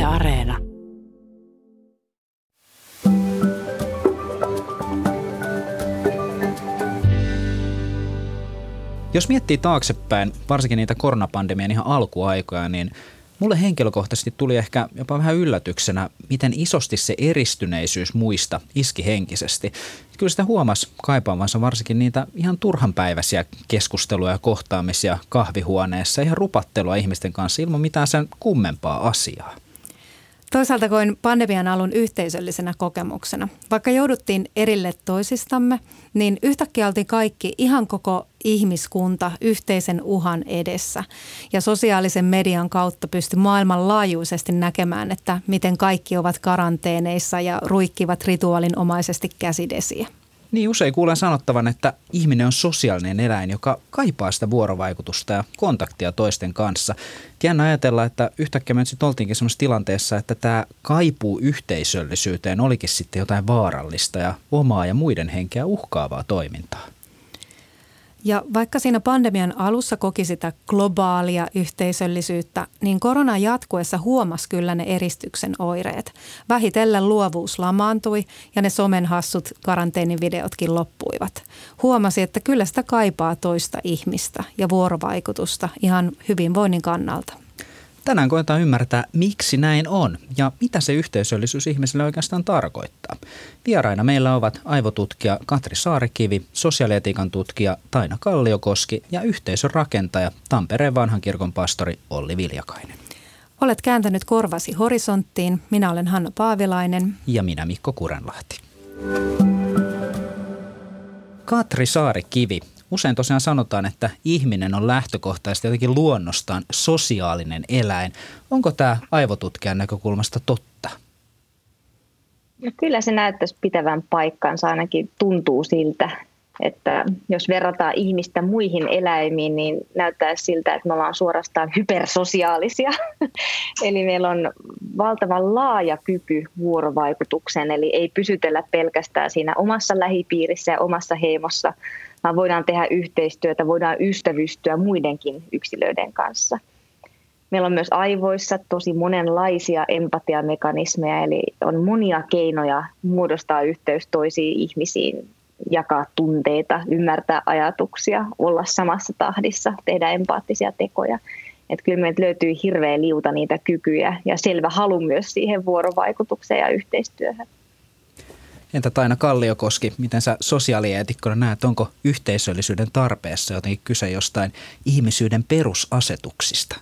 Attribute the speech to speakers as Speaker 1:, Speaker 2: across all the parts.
Speaker 1: Areena.
Speaker 2: Jos miettii taaksepäin, varsinkin niitä koronapandemian ihan alkuaikoja, niin mulle henkilökohtaisesti tuli ehkä jopa vähän yllätyksenä, miten isosti se eristyneisyys muista iski henkisesti. Kyllä sitä huomasi kaipaavansa varsinkin niitä ihan turhanpäiväisiä keskusteluja ja kohtaamisia kahvihuoneessa, ihan rupattelua ihmisten kanssa ilman mitään sen kummempaa asiaa.
Speaker 3: Toisaalta koin pandemian alun yhteisöllisenä kokemuksena. Vaikka jouduttiin erille toisistamme, niin yhtäkkiä oltiin kaikki, ihan koko ihmiskunta, yhteisen uhan edessä. Ja sosiaalisen median kautta pystyi maailmanlaajuisesti näkemään, että miten kaikki ovat karanteeneissa ja ruikkivat rituaalinomaisesti käsidesiä.
Speaker 2: Niin usein kuulen sanottavan, että ihminen on sosiaalinen eläin, joka kaipaa sitä vuorovaikutusta ja kontaktia toisten kanssa. Jännä ajatella, että yhtäkkiä me nyt sitten oltiinkin sellaisessa tilanteessa, että tämä kaipuu yhteisöllisyyteen olikin sitten jotain vaarallista ja omaa ja muiden henkeä uhkaavaa toimintaa.
Speaker 3: Ja vaikka siinä pandemian alussa koki sitä globaalia yhteisöllisyyttä, niin koronan jatkuessa huomasi kyllä ne eristyksen oireet. Vähitellen luovuus lamaantui ja ne somen hassut karanteenivideotkin loppuivat. Huomasi, että kyllä sitä kaipaa toista ihmistä ja vuorovaikutusta ihan hyvinvoinnin kannalta.
Speaker 2: Tänään koetaan ymmärtää, miksi näin on ja mitä se yhteisöllisyys ihmiselle oikeastaan tarkoittaa. Vieraina meillä ovat aivotutkija Katri Saarikivi, sosiaalietiikan tutkija Taina Kalliokoski ja yhteisön rakentaja Tampereen vanhan kirkon pastori Olli Viljakainen.
Speaker 3: Olet kääntänyt korvasi horisonttiin. Minä olen Hanna Paavilainen.
Speaker 2: Ja minä Mikko Kurenlahti. Katri Saarikivi. Usein tosiaan sanotaan, että ihminen on lähtökohtaisesti jotenkin luonnostaan sosiaalinen eläin. Onko tämä aivotutkijan näkökulmasta totta?
Speaker 4: No kyllä se näyttäisi pitävän paikkansa, ainakin tuntuu siltä, että jos verrataan ihmistä muihin eläimiin, niin näyttää siltä, että me ollaan suorastaan hypersosiaalisia. Eli meillä on valtavan laaja kyky vuorovaikutukseen, eli ei pysytellä pelkästään siinä omassa lähipiirissä ja omassa heimossa, vaan voidaan tehdä yhteistyötä, voidaan ystävystyä muidenkin yksilöiden kanssa. Meillä on myös aivoissa tosi monenlaisia empatiamekanismeja, eli on monia keinoja muodostaa yhteys toisiin ihmisiin, jakaa tunteita, ymmärtää ajatuksia, olla samassa tahdissa, tehdä empaattisia tekoja. Että kyllä meiltä löytyy hirveä liuta niitä kykyjä ja selvä halu myös siihen vuorovaikutukseen ja yhteistyöhön.
Speaker 2: Entä Taina Kalliokoski, miten sä sosiaalieetikkona näet, onko yhteisöllisyyden tarpeessa jotenkin kyse jostain ihmisyyden perusasetuksista?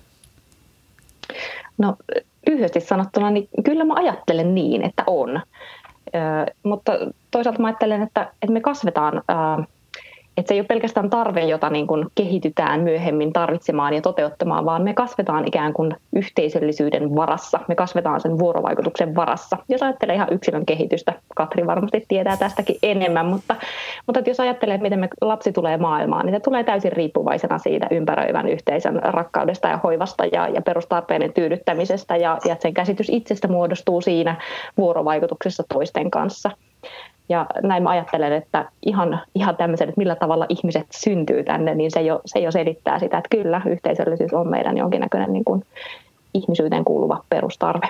Speaker 5: No lyhyesti sanottuna, niin kyllä mä ajattelen niin, että on. Mutta toisaalta mä ajattelen, että me kasvetaan, että se ei ole pelkästään tarve, jota niin kuin kehitytään myöhemmin tarvitsemaan ja toteuttamaan, vaan me kasvetaan ikään kuin yhteisöllisyyden varassa. Me kasvetaan sen vuorovaikutuksen varassa. Jos ajattelee ihan yksilön kehitystä, Katri varmasti tietää tästäkin enemmän, mutta jos ajattelee, että miten lapsi tulee maailmaan, niin se tulee täysin riippuvaisena siitä ympäröivän yhteisön rakkaudesta ja hoivasta ja perustarpeiden tyydyttämisestä ja sen käsitys itsestä muodostuu siinä vuorovaikutuksessa toisten kanssa. Ja näin mä ajattelen, että ihan tämmöisen, että millä tavalla ihmiset syntyy tänne, niin se jo selittää sitä, että kyllä yhteisöllisyys on meidän jonkinnäköinen niin kuin ihmisyyteen kuuluva perustarve.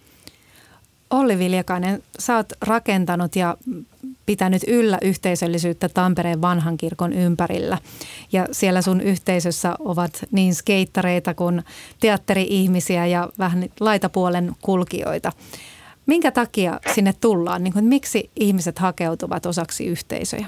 Speaker 3: Olli Viljakainen, sä oot rakentanut ja pitänyt yllä yhteisöllisyyttä Tampereen vanhan kirkon ympärillä. Ja siellä sun yhteisössä ovat niin skeittareita kuin teatteri-ihmisiä ja vähän laitapuolen kulkijoita. Minkä takia sinne tullaan? Niin kuin, miksi ihmiset hakeutuvat osaksi yhteisöjä?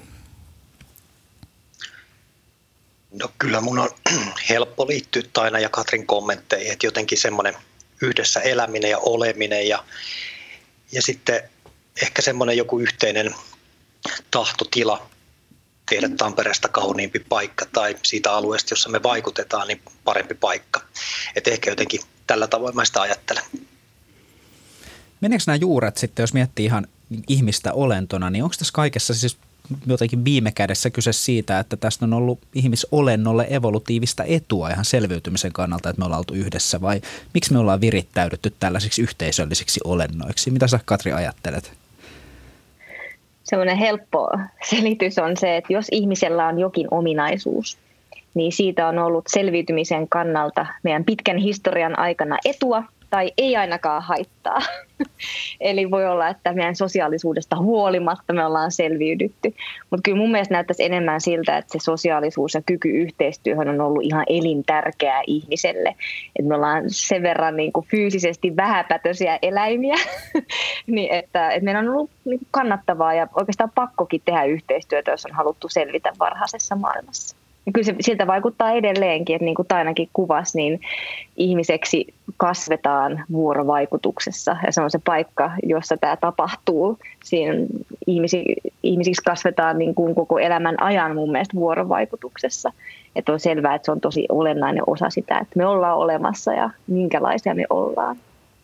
Speaker 6: No kyllä mun on helppo liittyä Taina ja Katrin kommentteihin, että jotenkin semmoinen yhdessä eläminen ja oleminen ja sitten ehkä semmoinen joku yhteinen tahtotila tehdä Tampereesta kauniimpi paikka tai siitä alueesta, jossa me vaikutetaan, niin parempi paikka. Että ehkä jotenkin tällä tavoin mä sitä ajattelen.
Speaker 2: Meneekö nämä juuret sitten, jos miettii ihan ihmistä olentona, niin onko tässä kaikessa siis jotenkin viime kädessä kyse siitä, että tästä on ollut ihmisolennolle evolutiivista etua ihan selviytymisen kannalta, että me ollaan oltu yhdessä, vai miksi me ollaan virittäydytty tällaisiksi yhteisöllisiksi olennoiksi? Mitä sä, Katri, ajattelet?
Speaker 4: Semmoinen helppo selitys on se, että jos ihmisellä on jokin ominaisuus, niin siitä on ollut selviytymisen kannalta meidän pitkän historian aikana etua tai ei ainakaan haittaa. Eli voi olla, että meidän sosiaalisuudesta huolimatta me ollaan selviydytty. Mutta kyllä mun mielestä näyttäisi enemmän siltä, että se sosiaalisuus ja kyky yhteistyöhön on ollut ihan elintärkeää ihmiselle. Että me ollaan sen verran niin kuin fyysisesti vähäpätöisiä eläimiä, niin että meidän on ollut niin kuin kannattavaa ja oikeastaan pakkokin tehdä yhteistyötä, jos on haluttu selvitä varhaisessa maailmassa. Ja kyllä se siltä vaikuttaa edelleenkin, että niin kuin Tainakin kuvasi, niin ihmiseksi kasvetaan vuorovaikutuksessa. Ja se on se paikka, jossa tämä tapahtuu. Siinä ihmisiksi kasvetaan niin kuin koko elämän ajan mun mielestä vuorovaikutuksessa. Että on selvää, että se on tosi olennainen osa sitä, että me ollaan olemassa ja minkälaisia me ollaan.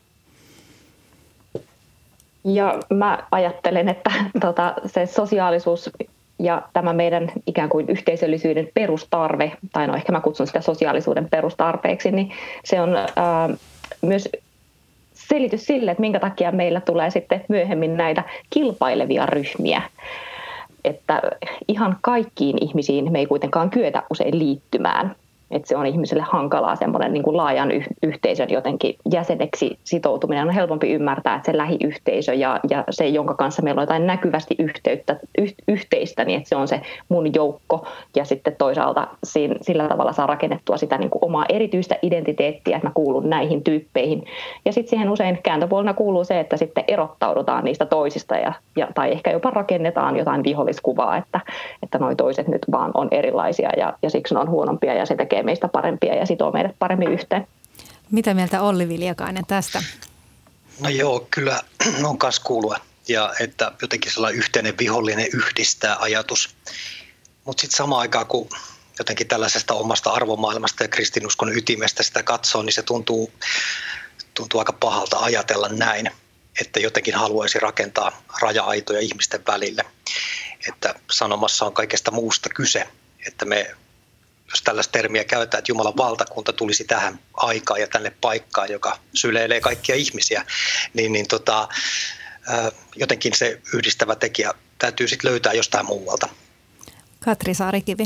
Speaker 5: Ja mä ajattelen, että se sosiaalisuus ja tämä meidän ikään kuin yhteisöllisyyden perustarve, tai no ehkä mä kutsun sitä sosiaalisuuden perustarpeeksi, niin se on myös selitys sille, että minkä takia meillä tulee sitten myöhemmin näitä kilpailevia ryhmiä. Että ihan kaikkiin ihmisiin me ei kuitenkaan kyetä usein liittymään. Että se on ihmiselle hankalaa semmoinen niin kuin laajan yhteisön jotenkin jäseneksi sitoutuminen. On helpompi ymmärtää, että se lähiyhteisö ja se, jonka kanssa meillä on jotain näkyvästi yhteistä, niin että se on se mun joukko. Ja sitten toisaalta sillä tavalla saa rakennettua sitä niin kuin omaa erityistä identiteettiä, että mä kuulun näihin tyyppeihin. Ja sitten siihen usein kääntöpuolena kuuluu se, että sitten erottaudutaan niistä toisista tai ehkä jopa rakennetaan jotain viholliskuvaa, että noi toiset nyt vaan on erilaisia ja siksi ne on huonompia ja se tekee meistä parempia ja sitoo meidät paremmin yhteen.
Speaker 3: Mitä mieltä Olli Viljakainen tästä?
Speaker 6: No joo, kyllä on kas kuulua. Ja että jotenkin sellainen yhteinen vihollinen yhdistää ajatus. Mutta sitten samaan aikaan, kun jotenkin tällaisesta omasta arvomaailmasta ja kristinuskon ytimestä sitä katsoo, niin se tuntuu aika pahalta ajatella näin, että jotenkin haluaisi rakentaa raja-aitoja ihmisten välille. Että sanomassa on kaikesta muusta kyse, että jos tällaista termiä käytetään, että Jumalan valtakunta tulisi tähän aikaan ja tänne paikkaan, joka syleilee kaikkia ihmisiä, niin jotenkin se yhdistävä tekijä täytyy sitten löytää jostain muualta.
Speaker 3: Katri Saarikivi.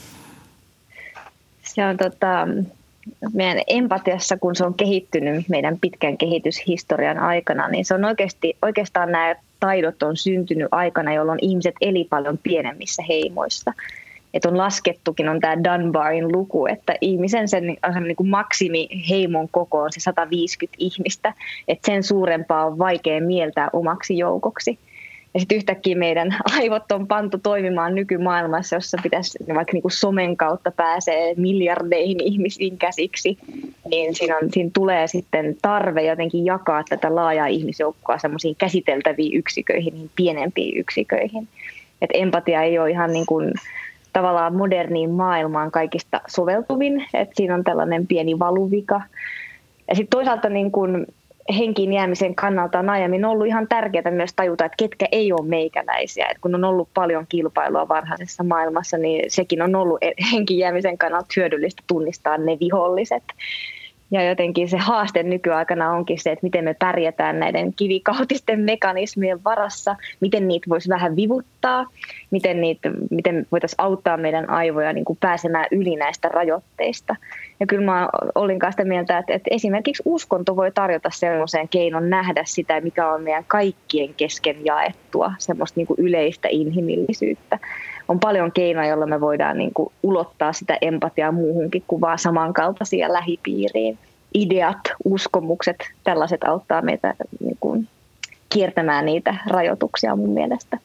Speaker 4: Se on meidän empatiassa, kun se on kehittynyt meidän pitkän kehityshistorian aikana, niin se on oikeastaan nämä taidot on syntynyt aikana, jolloin ihmiset eli paljon pienemmissä heimoissa. Että on laskettukin, on tämä Dunbarin luku, että ihmisen sen niin kuin maksimiheimon koko on se 150 ihmistä, että sen suurempaa on vaikea mieltää omaksi joukoksi. Ja sitten yhtäkkiä meidän aivot on pantu toimimaan nykymaailmassa, jossa pitäisi vaikka niin kuin somen kautta pääsee miljardeihin ihmisiin käsiksi, niin siinä tulee sitten tarve jotenkin jakaa tätä laajaa ihmisjoukkoa semmoisiin käsiteltäviin yksiköihin, niin pienempiin yksiköihin. Että empatia ei ole ihan niin kuin tavallaan moderniin maailmaan kaikista soveltuvin, että siinä on tällainen pieni valuvika. Ja sitten toisaalta niin kun henkiin jäämisen kannalta on aiemmin ollut ihan tärkeää myös tajuta, että ketkä ei ole meikäläisiä. Et kun on ollut paljon kilpailua varhaisessa maailmassa, niin sekin on ollut henkiin jäämisen kannalta hyödyllistä tunnistaa ne viholliset. Ja jotenkin se haaste nykyaikana onkin se, että miten me pärjätään näiden kivikautisten mekanismien varassa, miten niitä voisi vähän vivuttaa, miten voitaisiin auttaa meidän aivoja niin kuin pääsemään yli näistä rajoitteista. Ja kyllä mä olin sitä mieltä, että esimerkiksi uskonto voi tarjota sellaisen keinon nähdä sitä, mikä on meidän kaikkien kesken jaettua, semmoista niin kuin yleistä inhimillisyyttä. On paljon keinoja, joilla me voidaan niin kuin ulottaa sitä empatiaa muuhunkin kuin vaan samankaltaisia lähipiiriin. Ideat, uskomukset, tällaiset auttaa meitä niin kuin kiertämään niitä rajoituksia mun mielestä.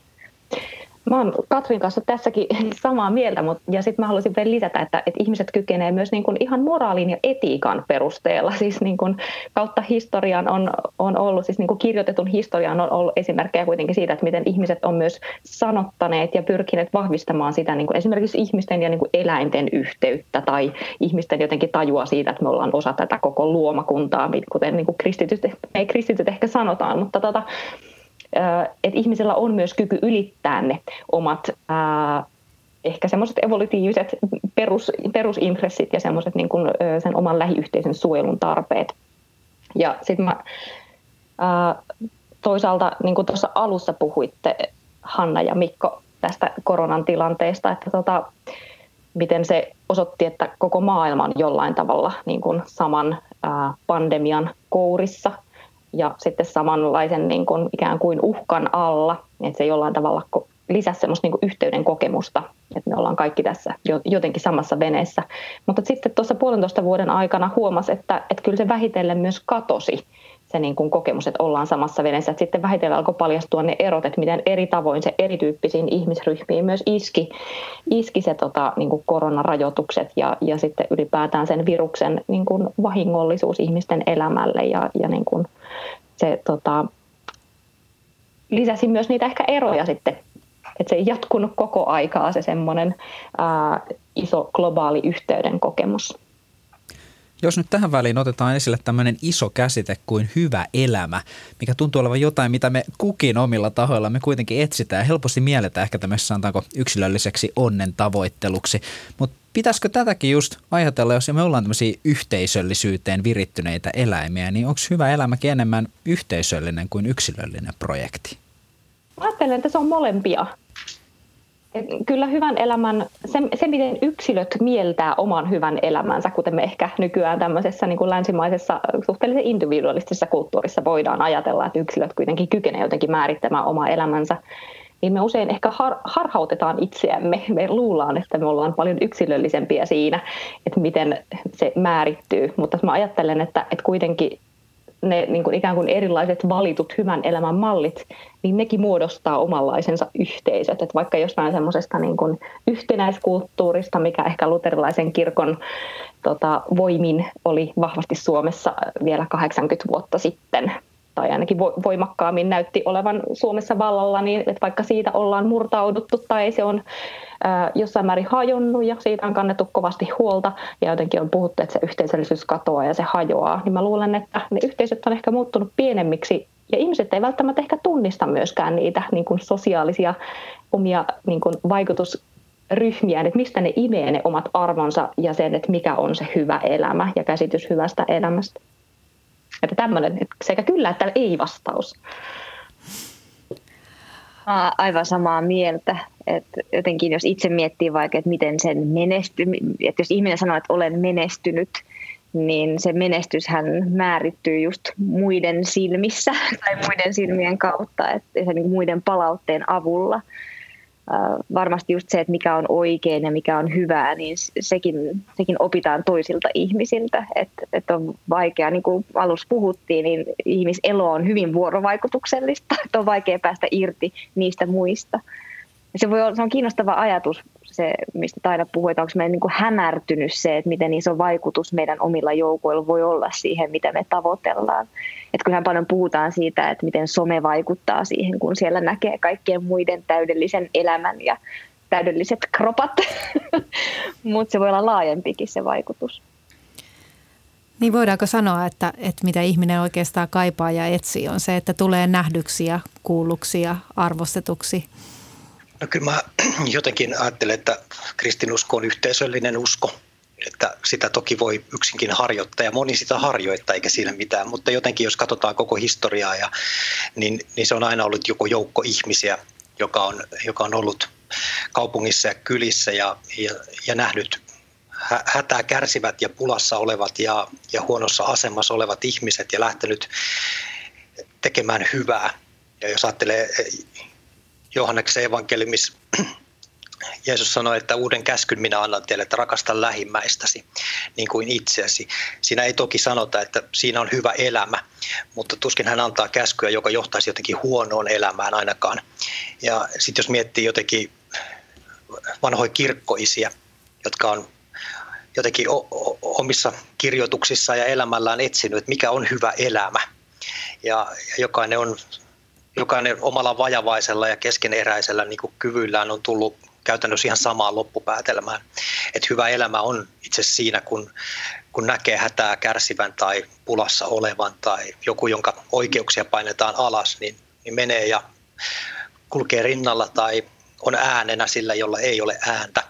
Speaker 5: Mä oon Katrin kanssa tässäkin samaa mieltä, ja sitten mä haluaisin vielä lisätä, että ihmiset kykenee myös niin kuin ihan moraalin ja etiikan perusteella. Siis niin kuin kautta historian on ollut, siis niin kuin kirjoitetun historian on ollut esimerkkejä kuitenkin siitä, että miten ihmiset on myös sanottaneet ja pyrkineet vahvistamaan sitä niin kuin esimerkiksi ihmisten ja niin kuin eläinten yhteyttä tai ihmisten jotenkin tajua siitä, että me ollaan osa tätä koko luomakuntaa, kuten niin kuin kristityt ehkä sanotaan, mutta että ihmisellä on myös kyky ylittää ne omat ehkä semmoiset evolutiiviset perusintressit ja semmoiset niin kuin sen oman lähiyhteisön suojelun tarpeet. Ja sitten mä toisaalta, niin kuin tuossa alussa puhuitte, Hanna ja Mikko, tästä koronan tilanteesta, että miten se osoitti, että koko maailma on jollain tavalla niin kuin saman pandemian kourissa ja sitten samanlaisen niin kuin ikään kuin uhkan alla, että se jollain tavalla lisäsi semmoista niin kuin yhteyden kokemusta, että me ollaan kaikki tässä jotenkin samassa veneessä. Mutta sitten tuossa 1,5 vuoden aikana huomasi, että kyllä se vähitellen myös katosi se niin kuin kokemus, että ollaan samassa veneessä. Että sitten vähitellen alkoi paljastua ne erot, että miten eri tavoin se erityyppisiin ihmisryhmiin myös iski se niin kuin koronarajoitukset ja sitten ylipäätään sen viruksen niin kuin vahingollisuus ihmisten elämälle ja niin kuin se lisäsi myös niitä ehkä eroja sitten. Että se ei jatkunut koko aikaa se semmoinen iso globaali yhteyden kokemus.
Speaker 2: Jos nyt tähän väliin otetaan esille tämmöinen iso käsite kuin hyvä elämä, mikä tuntuu olevan jotain, mitä me kukin omilla tahoilla me kuitenkin etsitään ja helposti mielletään ehkä tämmöisessä sanotaanko yksilölliseksi onnen tavoitteluksi. Mutta pitäisikö tätäkin just ajatella, jos me ollaan tämmöisiä yhteisöllisyyteen virittyneitä eläimiä, niin onko hyvä elämäkin enemmän yhteisöllinen kuin yksilöllinen projekti?
Speaker 5: Mä ajattelen, että se on molempia. Kyllä hyvän elämän, se miten yksilöt mieltää oman hyvän elämänsä, kuten me ehkä nykyään tämmöisessä niin kuin länsimaisessa suhteellisen individualistisessa kulttuurissa voidaan ajatella, että yksilöt kuitenkin kykenevät jotenkin määrittämään omaa elämänsä, niin me usein ehkä harhautetaan itseämme. Me luullaan, että me ollaan paljon yksilöllisempiä siinä, että miten se määrittyy, mutta mä ajattelen, että kuitenkin ne niin kuin ikään kuin erilaiset valitut hyvän elämän mallit, niin nekin muodostaa omanlaisensa yhteisöt. Että vaikka jostain semmoisesta niin kuin yhtenäiskulttuurista, mikä ehkä luterilaisen kirkon voimin oli vahvasti Suomessa vielä 80 vuotta sitten, tai ainakin voimakkaammin näytti olevan Suomessa vallalla, niin että vaikka siitä ollaan murtauduttu tai se on jossain määrin hajonnut ja siitä on kannettu kovasti huolta ja jotenkin on puhuttu, että se yhteisöllisyys katoaa ja se hajoaa, niin mä luulen, että ne yhteisöt on ehkä muuttunut pienemmiksi ja ihmiset ei välttämättä ehkä tunnista myöskään niitä niin kuin sosiaalisia omia niin kuin vaikutusryhmiä, että mistä ne imee ne omat arvonsa ja sen, että mikä on se hyvä elämä ja käsitys hyvästä elämästä. Että tämmöinen sekä kyllä että ei vastaus.
Speaker 4: Aivan samaa mieltä. Että jotenkin jos itse miettii vaikka, että miten sen että jos ihminen sanoo, että olen menestynyt, niin se menestyshän määrittyy just muiden silmissä tai muiden silmien kautta, että se muiden palautteen avulla. Varmasti just se, että mikä on oikein ja mikä on hyvää, niin sekin opitaan toisilta ihmisiltä. Että on vaikea, niin kuin alussa puhuttiin, niin ihmiselo on hyvin vuorovaikutuksellista, että on vaikea päästä irti niistä muista. Ja se on kiinnostava ajatus, se, mistä Taina puhui, että onko meidän niin kuin hämärtynyt se, että miten iso vaikutus meidän omilla joukoilla voi olla siihen, mitä me tavoitellaan. Että kyllähän paljon puhutaan siitä, että miten some vaikuttaa siihen, kun siellä näkee kaikkien muiden täydellisen elämän ja täydelliset kropat, mutta se voi olla laajempikin se vaikutus.
Speaker 3: Niin voidaanko sanoa, että mitä ihminen oikeastaan kaipaa ja etsii on se, että tulee nähdyksi ja kuulluksi ja arvostetuksi?
Speaker 6: No kyllä mä jotenkin ajattelen, että kristinusko on yhteisöllinen usko, että sitä toki voi yksinkin harjoittaa ja moni sitä harjoittaa eikä siinä mitään, mutta jotenkin jos katsotaan koko historiaa, niin se on aina ollut joku joukko ihmisiä, joka on ollut kaupungissa ja kylissä ja nähnyt hätää kärsivät ja pulassa olevat ja huonossa asemassa olevat ihmiset ja lähtenyt tekemään hyvää. Ja jos ajattelee Johanneksen evankeliumissa, Jeesus sanoi, että uuden käskyn minä annan teille, että rakasta lähimmäistäsi niin kuin itseäsi. Siinä ei toki sanota, että siinä on hyvä elämä, mutta tuskin hän antaa käskyä, joka johtaisi jotenkin huonoon elämään ainakaan. Ja sitten jos miettii jotenkin vanhoja kirkkoisia, jotka on jotenkin omissa kirjoituksissaan ja elämällään etsinyt, että mikä on hyvä elämä. Ja jokainen omalla vajavaisella ja keskeneräisellä niin kuin kyvyillään on tullut käytännössä ihan samaan loppupäätelmään. Että hyvä elämä on itse siinä, kun näkee hätää kärsivän tai pulassa olevan tai joku, jonka oikeuksia painetaan alas, niin menee ja kulkee rinnalla tai on äänenä sillä, jolla ei ole ääntä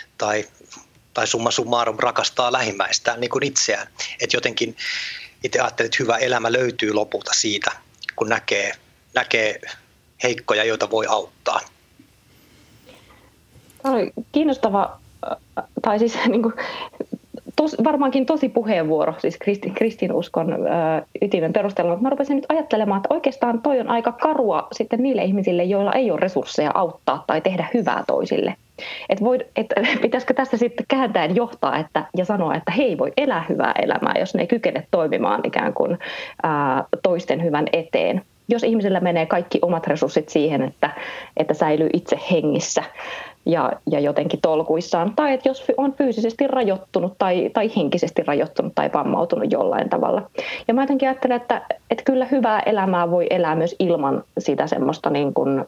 Speaker 6: tai summa summarum rakastaa lähimmäistään niin kuin itseään. Että jotenkin itse ajattelen, että hyvä elämä löytyy lopulta siitä, kun näkee heikkoja, joita voi auttaa.
Speaker 5: Tämä oli kiinnostava, tai siis niin kuin, varmaankin tosi puheenvuoro, siis kristinuskon ytimen perusteella, mutta mä rupesin nyt ajattelemaan, että oikeastaan toi on aika karua sitten niille ihmisille, joilla ei ole resursseja auttaa tai tehdä hyvää toisille. Pitäisikö tässä sitten kääntäen johtaa ja sanoa, että he ei voi elää hyvää elämää, jos ne ei kykene toimimaan ikään kuin toisten hyvän eteen. Jos ihmisellä menee kaikki omat resurssit siihen, että säilyy itse hengissä ja jotenkin tolkuissaan, tai että jos on fyysisesti rajoittunut tai henkisesti rajoittunut tai vammautunut jollain tavalla. Ja mä jotenkin ajattelen, että kyllä hyvää elämää voi elää myös ilman sitä semmoista niin kuin,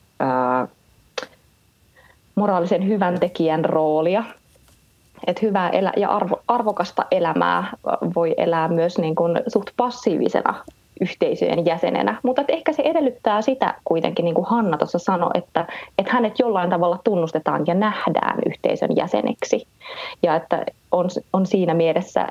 Speaker 5: moraalisen hyvän tekijän roolia. Että hyvää ja arvokasta elämää voi elää myös niin kuin suht passiivisena yhteisöjen jäsenenä, mutta ehkä se edellyttää sitä kuitenkin, niin kuin Hanna tuossa sanoi, että hänet jollain tavalla tunnustetaan ja nähdään yhteisön jäseneksi. Ja että on siinä mielessä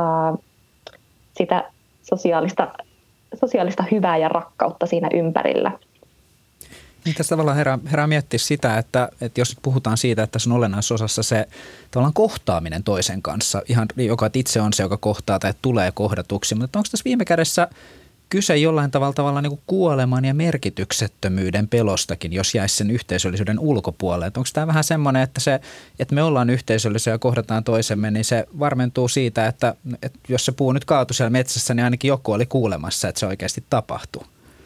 Speaker 5: sitä sosiaalista hyvää ja rakkautta siinä ympärillä.
Speaker 2: Niin tässä tavallaan herää miettiä sitä, että jos puhutaan siitä, että tässä on olennaisessa osassa se tavallaan kohtaaminen toisen kanssa, ihan joka itse on se, joka kohtaa tai tulee kohdatuksi, mutta onko tässä viime kädessä kyse jollain tavalla niin kuin kuoleman ja merkityksettömyyden pelostakin, jos jäisi sen yhteisöllisyyden ulkopuolelle. Onko tämä vähän semmoinen, että me ollaan yhteisöllisiä ja kohdataan toisemme, niin se varmentuu siitä, että jos se puu nyt kaatui siellä metsässä, niin ainakin joku oli kuulemassa, että se oikeasti tapahtuu.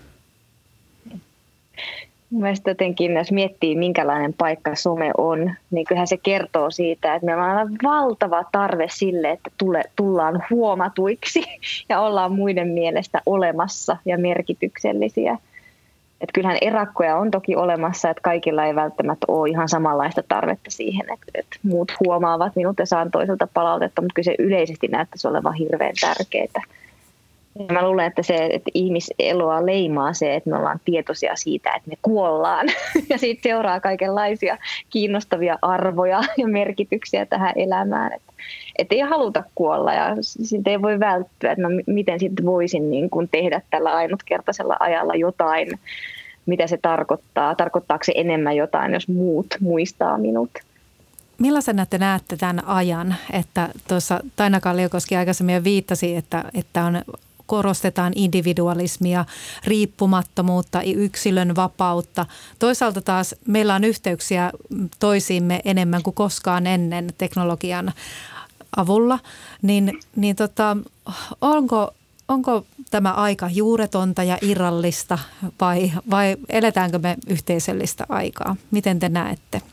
Speaker 4: Mielestäni jotenkin, jos miettii, minkälainen paikka some on, niin kyllähän se kertoo siitä, että meillä on valtava tarve sille, että tullaan huomatuiksi ja ollaan muiden mielestä olemassa ja merkityksellisiä. Että kyllähän erakkoja on toki olemassa, että kaikilla ei välttämättä ole ihan samanlaista tarvetta siihen, että muut huomaavat minut ja saan toiselta palautetta, mutta kyllä se yleisesti näyttäisi olevan hirveän tärkeää. Ja mä luulen, että se, että ihmiseloa leimaa se, että me ollaan tietoisia siitä, että me kuollaan. Ja siitä seuraa kaikenlaisia kiinnostavia arvoja ja merkityksiä tähän elämään. Että ei haluta kuolla ja siitä ei voi välttyä, että miten sitten voisin niin kuin tehdä tällä ainutkertaisella ajalla jotain, mitä se tarkoittaa. Tarkoittaako se enemmän jotain, jos muut muistaa minut?
Speaker 3: Millaisena te näette tämän ajan? Että tuossa Taina Kalliokoski aikaisemmin jo viittasi, että korostetaan individualismia, riippumattomuutta, yksilön vapautta. Toisaalta taas meillä on yhteyksiä toisiimme enemmän kuin koskaan ennen teknologian avulla. Onko tämä aika juuretonta ja irrallista vai eletäänkö me yhteisöllistä aikaa? Miten te näette?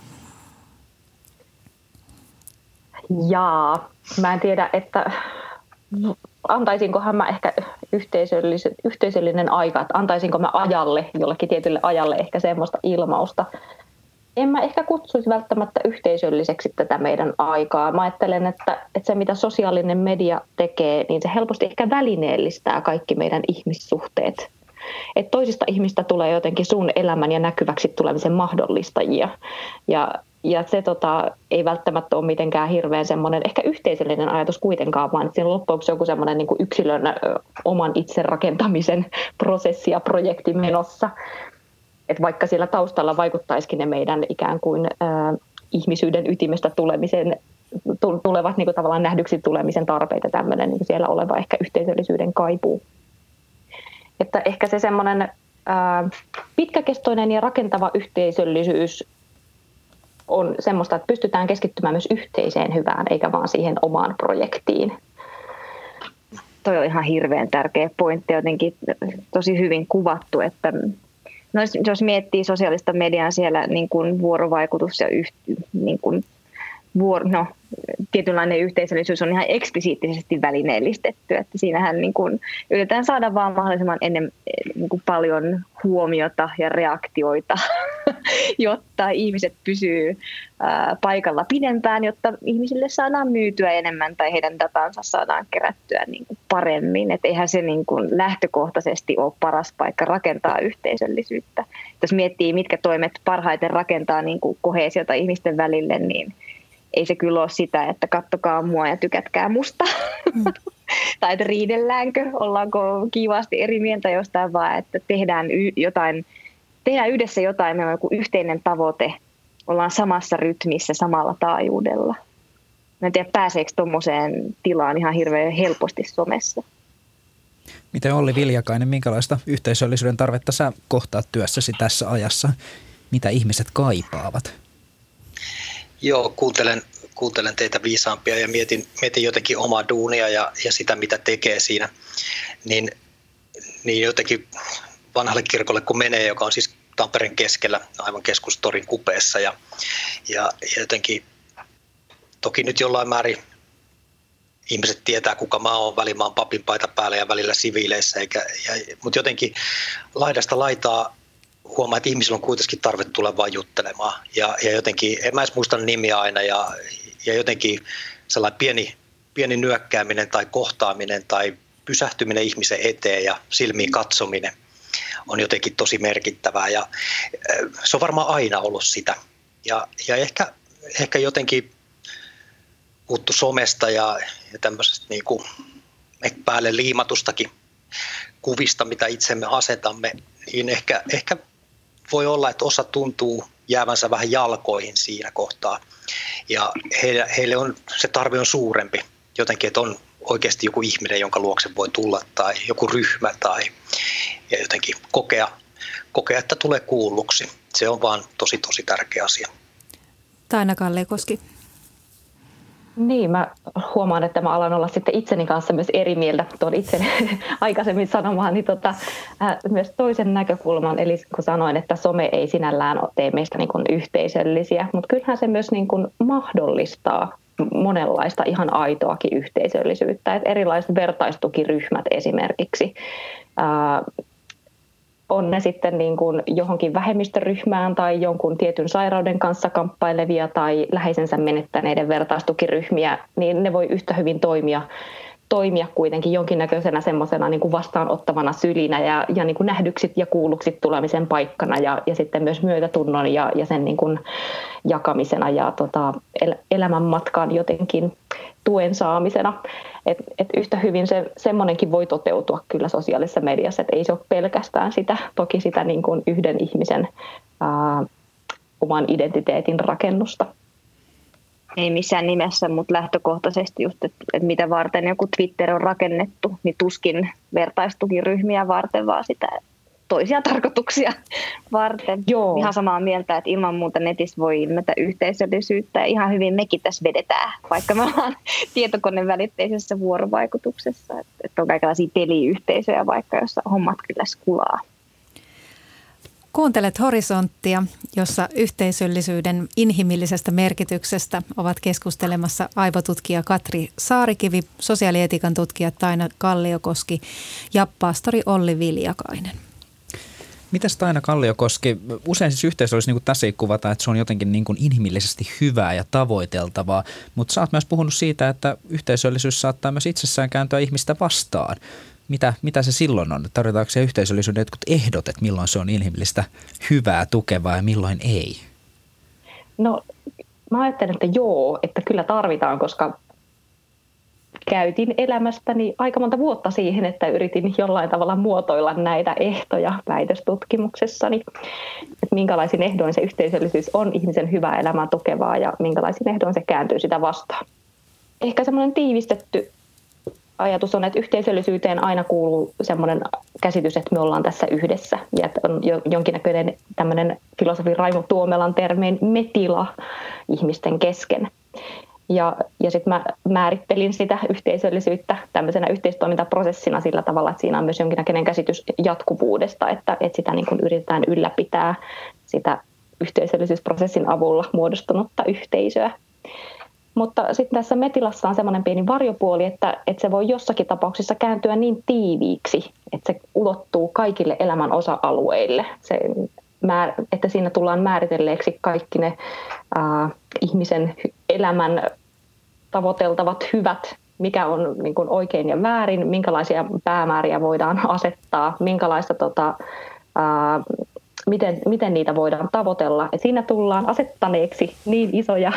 Speaker 5: Mä en tiedä, että antaisinkohan mä ehkä yhteisöllinen aika, että antaisinko mä jollekin tietylle ajalle ehkä semmoista ilmausta. En mä ehkä kutsuisi välttämättä yhteisölliseksi tätä meidän aikaa. Mä ajattelen, että se mitä sosiaalinen media tekee, niin se helposti ehkä välineellistää kaikki meidän ihmissuhteet. Että toisista ihmistä tulee jotenkin sun elämän ja näkyväksi tulemisen mahdollistajia. Ja se ei välttämättä ole mitenkään hirveän semmoinen ehkä yhteisöllinen ajatus kuitenkaan, vaan että siinä loppujen lopuksi joku semmoinen niin kuin yksilön oman itse rakentamisen prosessi ja projekti menossa. Että vaikka siellä taustalla vaikuttaisikin ne meidän ikään kuin ihmisyyden ytimestä tulevat niin kuin tavallaan nähdyksi tulemisen tarpeita, tämmöinen niin kuin siellä oleva ehkä yhteisöllisyyden kaipuu. Että ehkä se semmoinen pitkäkestoinen ja rakentava yhteisöllisyys on semmoista, että pystytään keskittymään myös yhteiseen hyvään, eikä vaan siihen omaan projektiin.
Speaker 4: Toi on ihan hirveän tärkeä pointti, jotenkin tosi hyvin kuvattu, että jos miettii sosiaalista mediaa siellä niin kuin vuorovaikutus ja niin kuin tietynlainen yhteisöllisyys on ihan eksplisiittisesti välineellistetty, että siinähän niin kuin yritetään saada vaan mahdollisimman niin kuin paljon huomiota ja reaktioita, jotta ihmiset pysyy paikalla pidempään, jotta ihmisille saadaan myytyä enemmän tai heidän datansa saadaan kerättyä niin kuin paremmin. Et eihän se niin kuin lähtökohtaisesti ole paras paikka rakentaa yhteisöllisyyttä. Jos miettii, mitkä toimet parhaiten rakentaa niin kuin koheesiota ihmisten välille, niin ei se kyllä ole sitä, että kattokaa mua ja tykätkää musta. Tai että riidelläänkö, ollaanko kiivaasti eri mieltä jostain, vaan että tehdään yhdessä jotain, meillä on joku yhteinen tavoite, ollaan samassa rytmissä, samalla taajuudella. Mä en tiedä, pääseekö tuommoiseen tilaan ihan hirveän helposti somessa.
Speaker 2: Miten Olli Viljakainen, minkälaista yhteisöllisyyden tarvetta sä kohtaat työssäsi tässä ajassa? Mitä ihmiset kaipaavat?
Speaker 6: Joo, kuuntelen teitä viisaampia ja mietin jotenkin omaa duunia ja sitä, mitä tekee siinä. Niin jotenkin vanhalle kirkolle kun menee, joka on siis Tampereen keskellä, aivan keskustorin kupeessa. Ja jotenkin toki nyt jollain määrin ihmiset tietää, kuka mä oon. Välillä mä oon papin paita päällä ja välillä siviileissä. Mutta jotenkin laidasta laitaa huomaa, että ihmisillä on kuitenkin tarve tulla vaan juttelemaan. Ja jotenkin, en mä edes muista nimiä aina. Ja jotenkin sellainen pieni nyökkääminen tai kohtaaminen tai pysähtyminen ihmisen eteen ja silmiin katsominen on jotenkin tosi merkittävää. Ja se on varmaan aina ollut sitä. Ja ehkä jotenkin puhuttu somesta ja tämmöisestä niin kuin päälle liimatustakin kuvista, mitä itsemme asetamme, niin ehkä voi olla, että osa tuntuu jäävänsä vähän jalkoihin siinä kohtaa. Ja heille se tarve on suurempi jotenkin, että on oikeasti joku ihminen, jonka luokse voi tulla tai joku ryhmä ja jotenkin kokea, että tulee kuulluksi. Se on vaan tosi tärkeä asia.
Speaker 3: Taina Kalliokoski.
Speaker 5: Niin, mä huomaan, että mä alan olla sitten itseni kanssa myös eri mieltä tuon itseni aikaisemmin sanomaan, niin myös toisen näkökulman. Eli kun sanoin, että some ei sinällään tee meistä niin kuin yhteisöllisiä, mutta kyllähän se myös niin kuin mahdollistaa monenlaista ihan aitoakin yhteisöllisyyttä. Että erilaiset vertaistukiryhmät esimerkiksi, on ne sitten niin kuin johonkin vähemmistöryhmään tai jonkun tietyn sairauden kanssa kamppailevia tai läheisensä menettäneiden vertaistukiryhmiä, niin ne voi yhtä hyvin toimia kuitenkin jonkinnäköisenä semmoisena niin kuin vastaanottavana sylinä ja niin kuin nähdyksi ja kuulluksi tulemisen paikkana ja sitten myös myötätunnon ja sen niin kuin jakamisena ja elämänmatkaan jotenkin tuen saamisena. Et yhtä hyvin semmoinenkin voi toteutua kyllä sosiaalisessa mediassa, että ei se ole pelkästään toki sitä niin kuin yhden ihmisen oman identiteetin rakennusta.
Speaker 4: Ei missään nimessä, mutta lähtökohtaisesti just, että mitä varten joku Twitter on rakennettu, niin tuskin vertaistukiryhmiä varten, vaan sitä toisia tarkoituksia varten.
Speaker 5: Joo.
Speaker 4: Ihan samaa mieltä, että ilman muuta netissä voi ilmetä yhteisöllisyyttä ja ihan hyvin mekin tässä vedetään, vaikka me ollaan tietokoneen välitteisessä vuorovaikutuksessa. Että on kaikenlaisia peliyhteisöjä vaikka, jossa hommat kyllä skulaa.
Speaker 3: Kuuntelet Horisonttia, jossa yhteisöllisyyden inhimillisestä merkityksestä ovat keskustelemassa aivotutkija Katri Saarikivi, sosiaalietiikan tutkija Taina Kalliokoski ja pastori Olli Viljakainen.
Speaker 2: Mitäs Taina Kalliokoski, usein siis yhteisöllisyys, niin kuin tässäkin kuvataan, että se on jotenkin niin kuin inhimillisesti hyvää ja tavoiteltavaa, mutta sä oot myös puhunut siitä, että yhteisöllisyys saattaa myös itsessään kääntyä ihmistä vastaan. Mitä se silloin on? Tarvitaanko se yhteisöllisyyden jotkut ehdot, että milloin se on inhimillistä hyvää, tukevaa ja milloin ei?
Speaker 5: No mä ajattelen, että joo, että kyllä tarvitaan, koska käytin elämästäni aika monta vuotta siihen, että yritin jollain tavalla muotoilla näitä ehtoja väitöstutkimuksessani. Että minkälaisin ehdoin se yhteisöllisyys on ihmisen hyvää elämää tukevaa ja minkälaisin ehdoin se kääntyy sitä vastaan. Ehkä semmoinen tiivistetty ajatus on, että yhteisöllisyyteen aina kuuluu semmoinen käsitys, että me ollaan tässä yhdessä. Ja että on jonkinnäköinen tämmöinen filosofi Raimo Tuomelan termein metila ihmisten kesken. Ja sitten mä määrittelin sitä yhteisöllisyyttä tämmöisenä yhteistoimintaprosessina sillä tavalla, että siinä on myös jonkinnäköinen käsitys jatkuvuudesta, että sitä niin kuin yritetään ylläpitää sitä yhteisöllisyysprosessin avulla muodostunutta yhteisöä. Mutta sitten tässä metilassa on semmoinen pieni varjopuoli, että se voi jossakin tapauksessa kääntyä niin tiiviiksi, että se ulottuu kaikille elämän osa-alueille. Että siinä tullaan määritelleeksi kaikki ne ihmisen elämän tavoiteltavat hyvät, mikä on niin kuin oikein ja väärin, minkälaisia päämääriä voidaan asettaa, minkälaista miten niitä voidaan tavoitella. Et siinä tullaan asettaneeksi niin isoja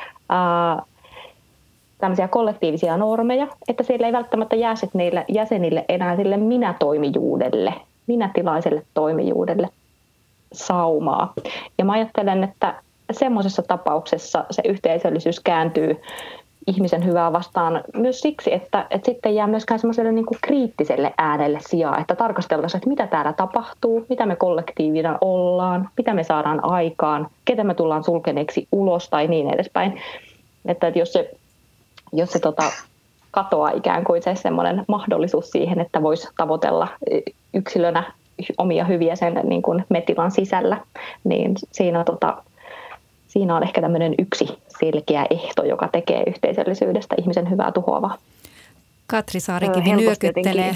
Speaker 5: tämmöisiä kollektiivisia normeja, että siellä ei välttämättä jää niille jäsenille enää sille minä-toimijuudelle, minätilaiselle toimijuudelle saumaa. Ja mä ajattelen, että semmoisessa tapauksessa se yhteisöllisyys kääntyy ihmisen hyvää vastaan myös siksi, että sitten jää myöskään semmoiselle niin kuin kriittiselle äänelle sijaa, että tarkasteltaisiin, että mitä täällä tapahtuu, mitä me kollektiivina ollaan, mitä me saadaan aikaan, ketä me tullaan sulkeneeksi ulos tai niin edespäin. Että jos se katoaa ikään kuin se semmoinen mahdollisuus siihen, että voisi tavoitella yksilönä omia hyviä sen niin kuin metilan sisällä, niin siinä on ehkä tämmöinen yksi selkeä ehto, joka tekee yhteisöllisyydestä ihmisen hyvää tuhoavaa.
Speaker 3: Katri Saarikivi nyökyttelee.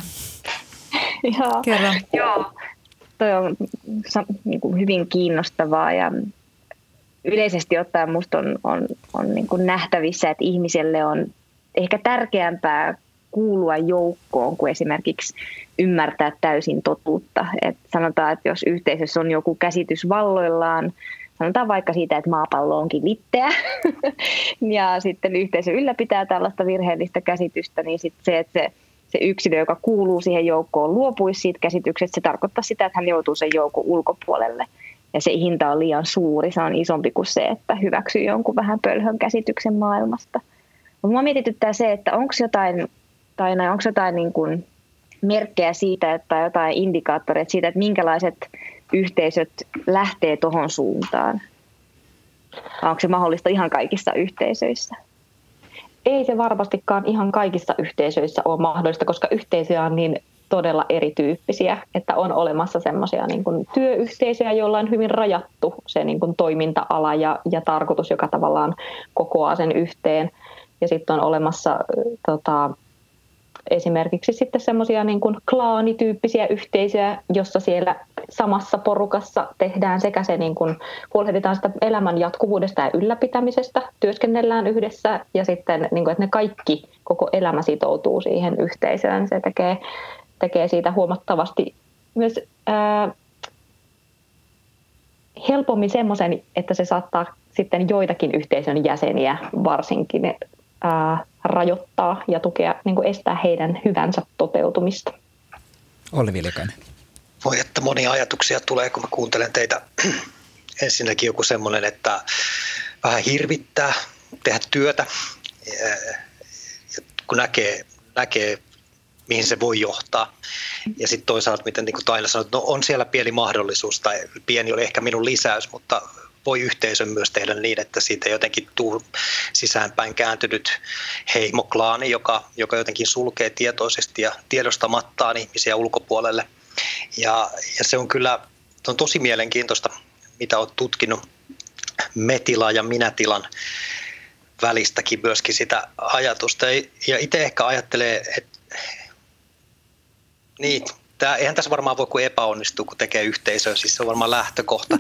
Speaker 4: Kerro. Joo, toi on niin kuin hyvin kiinnostavaa ja yleisesti ottaen musta on niin kuin nähtävissä, että ihmiselle on ehkä tärkeämpää kuulua joukkoon kuin esimerkiksi ymmärtää täysin totuutta. Et sanotaan, että jos yhteisössä on joku käsitys valloillaan, sanotaan vaikka siitä, että maapallo onkin litteä, ja sitten yhteisö ylläpitää tällaista virheellistä käsitystä, niin sitten se, että se yksilö, joka kuuluu siihen joukkoon, luopuisi siitä käsityksestä, se tarkoittaa sitä, että hän joutuu sen joukon ulkopuolelle. Ja se hinta on liian suuri, se on isompi kuin se, että hyväksyy jonkun vähän pölhön käsityksen maailmasta. Mua mietityttää se, että onko jotain niin kuin merkkejä siitä, että jotain indikaattoreita siitä, että minkälaiset yhteisöt lähtee tuohon suuntaan? Vai onko se mahdollista ihan kaikissa yhteisöissä?
Speaker 5: Ei se varmastikaan ihan kaikissa yhteisöissä ole mahdollista, koska yhteisöjä on niin todella erityyppisiä, että on olemassa semmoisia niin kuin työyhteisöjä, joilla on hyvin rajattu se niin kuin toiminta-ala ja tarkoitus, joka tavallaan kokoaa sen yhteen. Ja sitten on olemassa esimerkiksi sitten semmoisia niin kuin klaanityyppisiä yhteisöjä, jossa siellä samassa porukassa tehdään sekä se niin kuin huolehditaan sitä elämän jatkuvuudesta ja ylläpitämisestä, työskennellään yhdessä ja sitten niin kuin, että ne kaikki, koko elämä sitoutuu siihen yhteisöön. Se tekee siitä huomattavasti myös helpommin semmoisen, että se saattaa sitten joitakin yhteisön jäseniä varsinkin rajoittaa ja tukea, niin kuin estää heidän hyvänsä toteutumista.
Speaker 2: Olli Viljakäinen.
Speaker 6: Voi, että monia ajatuksia tulee, kun mä kuuntelen teitä. Ensinnäkin joku semmoinen, että vähän hirvittää tehdä työtä, kun näkee mihin se voi johtaa. Ja sitten toisaalta, miten niin kuin Taina sanoi, no on siellä pieni mahdollisuus, tai pieni oli ehkä minun lisäys, mutta voi yhteisön myös tehdä niin, että siitä jotenkin tuu sisäänpäin kääntynyt heimoklaani, joka jotenkin sulkee tietoisesti ja tiedostamattaan ihmisiä ulkopuolelle. Ja se on kyllä tosi mielenkiintoista, mitä olet tutkinut metilan ja minätilan välistäkin myöskin sitä ajatusta. Ja itse ehkä ajattelee, että niin, eihän tässä varmaan voi kuin epäonnistua, kun tekee yhteisöä, siis se on varmaan lähtökohta.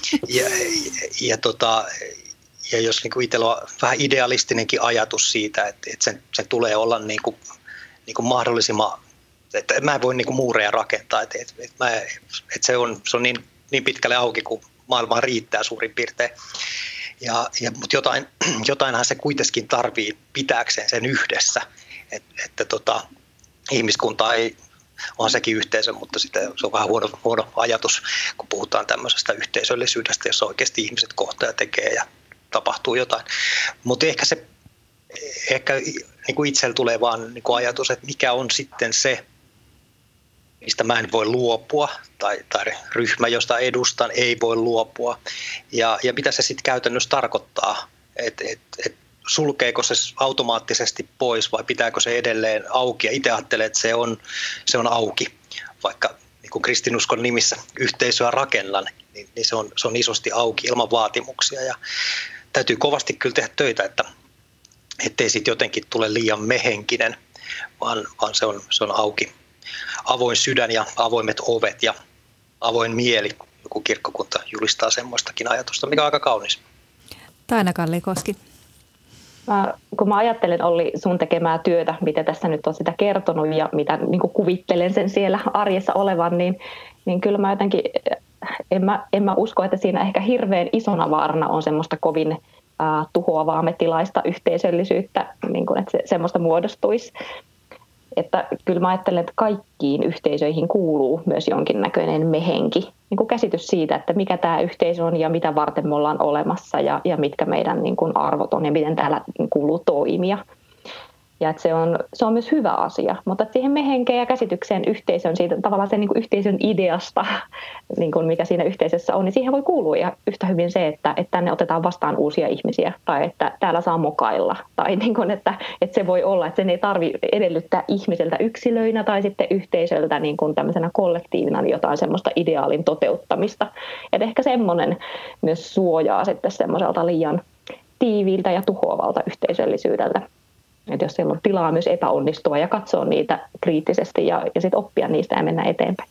Speaker 6: Ja jos niin kuin itsellä on vähän idealistinenkin ajatus siitä, että sen tulee olla niin kuin mahdollisimman, että mä en voi niin kuin muureja rakentaa, että se on niin pitkälle auki, kuin maailmaan riittää suurin piirtein. Mutta jotainhan se kuitenkin tarvii pitääkseen sen yhdessä, että ihmiskunta ei, on sekin yhteisö, mutta sitten se on vähän huono ajatus, kun puhutaan tämmöisestä yhteisöllisyydestä, jossa oikeasti ihmiset kohtaa ja tekee ja tapahtuu jotain. Mutta ehkä niin kuin itsellä tulee vaan niin kuin ajatus, että mikä on sitten se, mistä mä en voi luopua, tai ryhmä, josta edustan, ei voi luopua. Ja mitä se sitten käytännössä tarkoittaa, että sulkeeko se automaattisesti pois vai pitääkö se edelleen auki? Ja itse ajattelen, että se on auki, vaikka niin kuin kristinuskon nimissä yhteisöä rakennan, niin se on isosti auki ilman vaatimuksia. Ja täytyy kovasti kyllä tehdä töitä, ettei siitä jotenkin tule liian mehenkinen, vaan se on auki. Avoin sydän ja avoimet ovet ja avoin mieli. Joku kirkkokunta julistaa semmoistakin ajatusta, mikä on aika kaunis.
Speaker 3: Taina Kallikoski.
Speaker 5: Kun mä ajattelen, Olli, sun tekemää työtä, mitä tässä nyt on sitä kertonut ja mitä niin kuin kuvittelen sen siellä arjessa olevan, niin kyllä mä jotenkin, en mä usko, että siinä ehkä hirveän isona vaarana on semmoista kovin tuhoavaa metilaista yhteisöllisyyttä, niin kuin, että semmoista muodostuisi. Että kyllä mä ajattelen, että kaikkiin yhteisöihin kuuluu myös jonkinnäköinen mehenki. Niin kuin käsitys siitä, että mikä tämä yhteisö on ja mitä varten me ollaan olemassa ja mitkä meidän niin kuin arvot on ja miten täällä kuuluu toimia. Ja että se on myös hyvä asia, mutta siihen mehenkeen ja käsitykseen yhteisön, siitä tavallaan sen niin kuin yhteisön ideasta, niin kuin mikä siinä yhteisössä on, niin siihen voi kuulua ja yhtä hyvin se, että tänne otetaan vastaan uusia ihmisiä tai että täällä saa mokailla. Tai niin kuin, että se voi olla, että sen ei tarvitse edellyttää ihmiseltä yksilöinä tai sitten yhteisöltä niin kuin tämmöisenä kollektiivina jotain semmoista ideaalin toteuttamista. Että ehkä semmoinen myös suojaa sitten semmoiselta liian tiiviiltä ja tuhoavalta yhteisöllisyydeltä. Että jos siellä on tilaa myös epäonnistua ja katsoa niitä kriittisesti ja sitten oppia niistä ja mennä eteenpäin.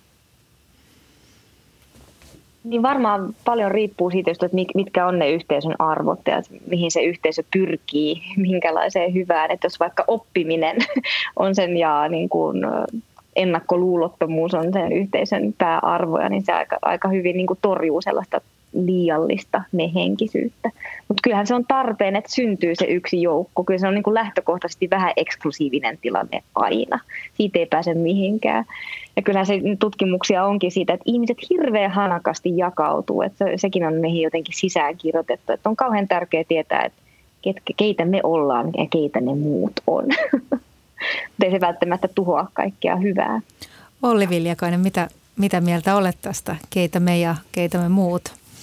Speaker 4: Niin varmaan paljon riippuu siitä, että mitkä on ne yhteisön arvot ja mihin se yhteisö pyrkii, minkälaiseen hyvään. Että jos vaikka oppiminen on sen ja niin kuin ennakkoluulottomuus on sen yhteisön pääarvoja, niin se aika hyvin niin kuin torjuu sellaista liiallista mehenkisyyttä. Mutta kyllähän se on tarpeen, että syntyy se yksi joukko. Kyllä se on niin kuin lähtökohtaisesti vähän eksklusiivinen tilanne aina. Siitä ei pääse mihinkään. Ja kyllähän se tutkimuksia onkin siitä, että ihmiset hirveän hanakasti jakautuu. Että sekin on meihin jotenkin sisäänkirjoitettu. Että on kauhean tärkeää tietää, että keitä me ollaan ja keitä ne muut on. Mutta ei se välttämättä tuhoa kaikkea hyvää.
Speaker 3: Olli Viljakainen, mitä mieltä olet tästä? Keitä me ja keitä me muut?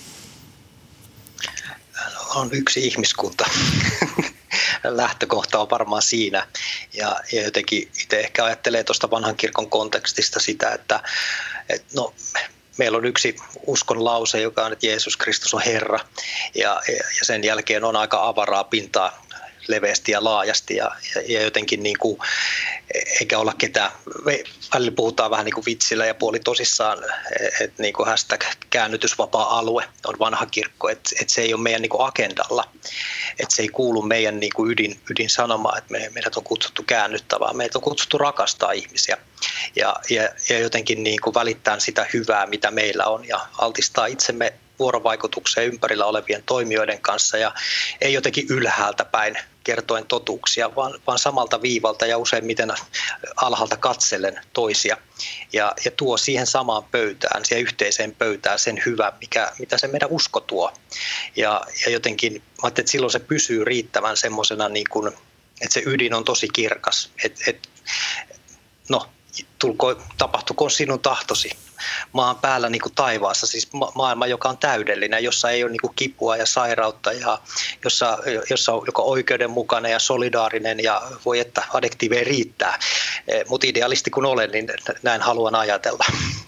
Speaker 6: On yksi ihmiskunta. Lähtökohta on varmaan siinä. Ja jotenkin itse ehkä ajattelee tuosta vanhan kirkon kontekstista sitä, että meillä on yksi uskon lause, joka on, että Jeesus Kristus on Herra. Ja sen jälkeen on aika avaraa pintaa leveästi ja laajasti ja jotenkin niin kuin, eikä olla ketään, välillä puhutaan vähän niin kuin vitsillä ja puoli tosissaan, että niin kuin hashtag käännytysvapaa alue on vanha kirkko, että se ei ole meidän niin kuin agendalla, että se ei kuulu meidän niin kuin ydinsanomaan, että meidät on kutsuttu käännyttävään, meidät on kutsuttu rakastaa ihmisiä ja jotenkin niin kuin välittää sitä hyvää, mitä meillä on ja altistaa itsemme vuorovaikutukseen ympärillä olevien toimijoiden kanssa ja ei jotenkin ylhäältä päin kertoen totuuksia, vaan samalta viivalta ja useimmiten alhaalta katsellen toisia ja tuo siihen samaan pöytään, siihen yhteiseen pöytään sen hyvää, mitä se meidän usko tuo. Ja jotenkin mä ajattelin, että silloin se pysyy riittävän semmoisena, niin kuin, että se ydin on tosi kirkas, tapahtukoon sinun tahtosi maan päällä niin kuin taivaassa, siis maailma, joka on täydellinen, jossa ei ole niin kuin kipua ja sairautta ja jossa on joka oikeudenmukainen ja solidaarinen ja voi että adjektiiveja riittää. Mutta idealisti kun olen, niin näin haluan ajatella.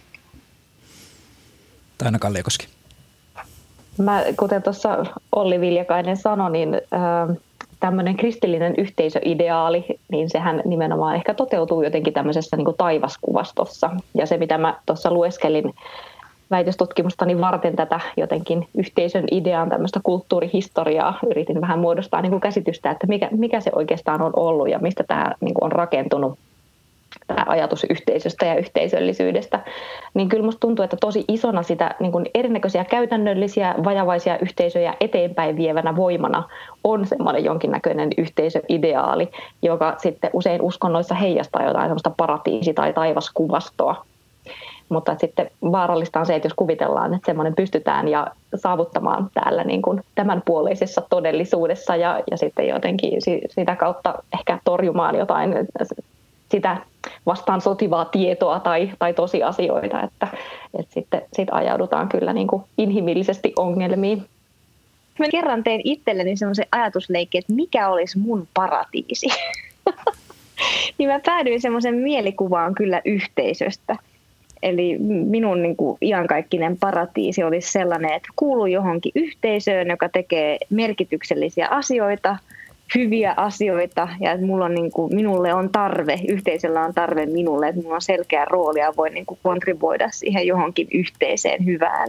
Speaker 2: Taina Kalliokoski.
Speaker 5: Kuten tuossa Olli Viljakainen sanoi, niin tämmöinen kristillinen yhteisöideaali, niin sehän nimenomaan ehkä toteutuu jotenkin tämmöisessä niin kuin taivaskuvastossa. Ja se, mitä mä tuossa lueskelin väitöstutkimustani varten tätä jotenkin yhteisön idean tämmöistä kulttuurihistoriaa, yritin vähän muodostaa niin kuin käsitystä, että mikä se oikeastaan on ollut ja mistä tämä niin kuin on rakentunut, tämä ajatus yhteisöstä ja yhteisöllisyydestä, niin kyllä musta tuntuu, että tosi isona sitä niin kuin erinäköisiä käytännöllisiä vajavaisia yhteisöjä eteenpäin vievänä voimana on semmoinen jonkinnäköinen yhteisöideaali, joka sitten usein uskonnoissa heijastaa jotain semmoista paratiisi- tai taivaskuvastoa. Mutta sitten vaarallista on se, että jos kuvitellaan, että semmoinen pystytään ja saavuttamaan täällä niin kuin tämänpuoleisessa todellisuudessa ja sitten jotenkin sitä kautta ehkä torjumaan jotain sitä vastaan sotivaa tietoa tai tosiasioita, että sitten ajaudutaan kyllä niin kuin inhimillisesti ongelmiin.
Speaker 4: Mä kerran tein itselleni semmoisen ajatusleikin, että mikä olisi mun paratiisi. Niin mä päädyin semmoisen mielikuvaan kyllä yhteisöstä. Eli minun niin kuin iankaikkinen paratiisi olisi sellainen, että kuuluu johonkin yhteisöön, joka tekee merkityksellisiä asioita, hyviä asioita ja että minulle on tarve, yhteisöllä on tarve minulle, että minulla on selkeä rooli ja voi niin kuin kontribuoida siihen johonkin yhteiseen hyvään.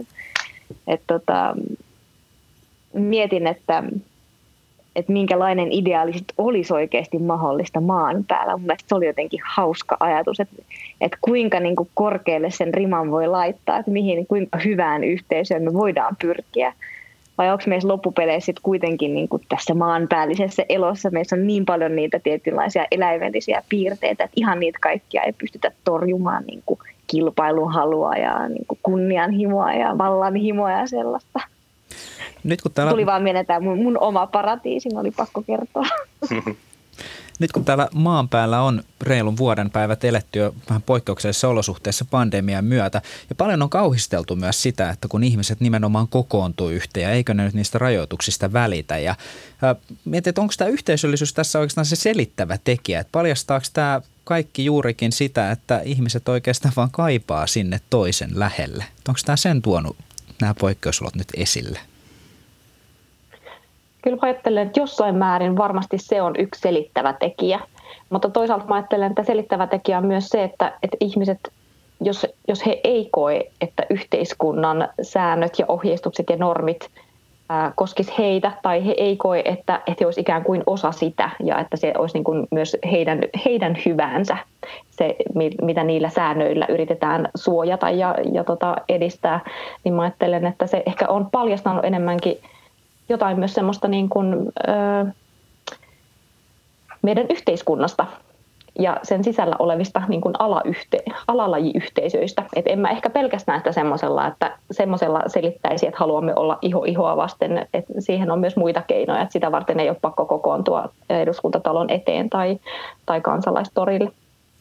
Speaker 4: Mietin, että minkälainen ideaali olisi oikeasti mahdollista maan päällä. Mun mielestä se oli jotenkin hauska ajatus, että kuinka niin kuin korkealle sen riman voi laittaa, että kuinka hyvään yhteisöön me voidaan pyrkiä. vai onko meissä loppupeleissä sit kuitenkin niin kuin tässä maanpäällisessä elossa, meissä on niin paljon niitä tietynlaisia eläimellisiä piirteitä, että ihan niitä kaikkia ei pystytä torjumaan niin kuin kilpailun halua ja niin kuin kunnianhimoa ja vallanhimoa ja sellaista.
Speaker 2: Nyt kun täällä...
Speaker 4: Tuli vaan mieleen tämä mun oma paratiisi, oli pakko kertoa.
Speaker 2: Nyt kun täällä maan päällä on reilun vuoden päivät eletty jo vähän poikkeuksellisissa olosuhteissa pandemian myötä, ja paljon on kauhisteltu myös sitä, että kun ihmiset nimenomaan kokoontuu yhteen, ja eikö ne nyt niistä rajoituksista välitä. Ja mietin, että onko tämä yhteisöllisyys tässä oikeastaan se selittävä tekijä, että paljastaako tämä kaikki juurikin sitä, että ihmiset oikeastaan vaan kaipaa sinne toisen lähelle. Onko tämä sen tuonut nämä poikkeusolot nyt esille?
Speaker 5: Kyllä ajattelen, että jossain määrin varmasti se on yksi selittävä tekijä, mutta toisaalta mä ajattelen, että selittävä tekijä on myös se, että ihmiset, jos he ei koe, että yhteiskunnan säännöt ja ohjeistukset ja normit koskisi heitä, tai he ei koe, että he olisi ikään kuin osa sitä, ja että se olisi niin kuin myös heidän hyväänsä, se mitä niillä säännöillä yritetään suojata ja edistää, niin mä ajattelen, että se ehkä on paljastanut enemmänkin jotain myös semmoista niin kuin, meidän yhteiskunnasta ja sen sisällä olevista niin kuin alalajiyhteisöistä. Et en mä ehkä pelkästään sitä semmoisella selittäisi, että haluamme olla ihoa vasten. Et siihen on myös muita keinoja, että sitä varten ei ole pakko kokoontua eduskuntatalon eteen tai kansalaistorille.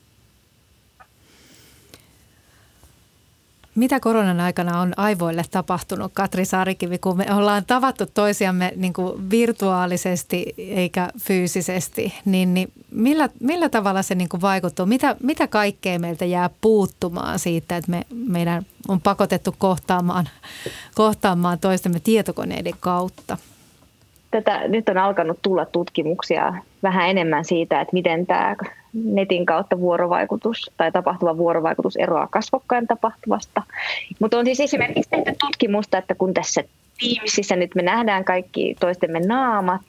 Speaker 3: Mitä koronan aikana on aivoille tapahtunut, Katri Saarikivi, kun me ollaan tavattu toisiamme niin kuin virtuaalisesti eikä fyysisesti, niin millä tavalla se niin kuin vaikuttuu? Mitä kaikkea meiltä jää puuttumaan siitä, että meidän on pakotettu kohtaamaan toistemme tietokoneiden kautta?
Speaker 4: Nyt on alkanut tulla tutkimuksia vähän enemmän siitä, että miten tämä netin kautta vuorovaikutus tai tapahtuva vuorovaikutus eroaa kasvokkain tapahtuvasta. Mutta on siis esimerkiksi tehty tutkimusta, että kun tässä Teamsissa nyt me nähdään kaikki toistemme naamat,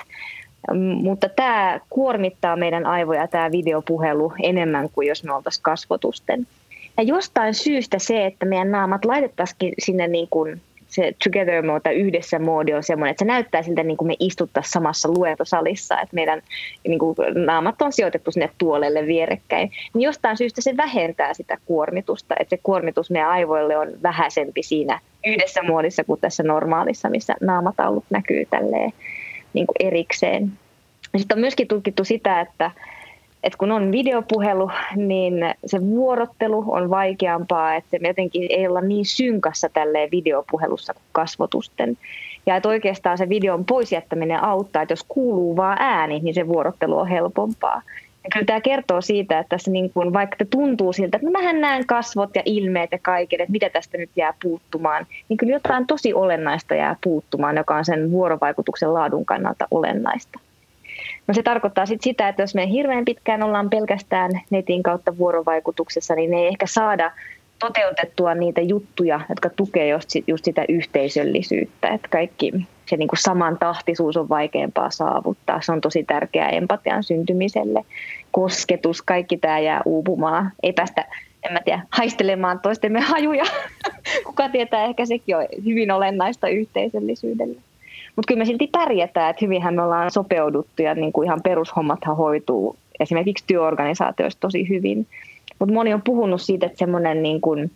Speaker 4: mutta tämä kuormittaa meidän aivoja, tämä videopuhelu, enemmän kuin jos me oltaisiin kasvotusten. Ja jostain syystä se, että meidän naamat laitettaisiin sinne niin kuin se together mode tai yhdessä moodi on semmoinen, että se näyttää siltä niin kuin me istuttaisiin samassa luentosalissa, että meidän niin kuin naamat on sijoitettu sinne tuolelle vierekkäin. Niin jostain syystä se vähentää sitä kuormitusta, että se kuormitus meidän aivoille on vähäisempi siinä yhdessä moodissa kuin tässä normaalissa, missä naamataulut näkyy tälleen niin kuin erikseen. Sitten on myöskin tutkittu sitä, että kun on videopuhelu, niin se vuorottelu on vaikeampaa, että me jotenkin ei olla niin synkassa tälleen videopuhelussa kuin kasvotusten. Ja että oikeastaan se videon pois jättäminen auttaa, että jos kuuluu vaan ääni, niin se vuorottelu on helpompaa. Ja kyllä tämä kertoo siitä, että tässä niin kuin, vaikka tuntuu siltä, että mähän näen kasvot ja ilmeet ja kaiken, että mitä tästä nyt jää puuttumaan, niin kyllä jotain tosi olennaista jää puuttumaan, joka on sen vuorovaikutuksen laadun kannalta olennaista. No se tarkoittaa sitä, että jos me hirveän pitkään ollaan pelkästään netin kautta vuorovaikutuksessa, niin ei ehkä saada toteutettua niitä juttuja, jotka tukee just sitä yhteisöllisyyttä. Että kaikki se niin kuin samantahtisuus on vaikeampaa saavuttaa. Se on tosi tärkeää empatian syntymiselle. Kosketus, kaikki tämä jää uupumaan. Ei päästä, haistelemaan toistemme hajuja. Kuka tietää, ehkä sekin on hyvin olennaista yhteisöllisyydelle. Mutta kyllä me silti pärjätään, että hyvinhän me ollaan sopeuduttu ja niin kuin ihan perushommathan hoituu esimerkiksi työorganisaatioissa tosi hyvin. Mutta moni on puhunut siitä, että semmoinen niin kuin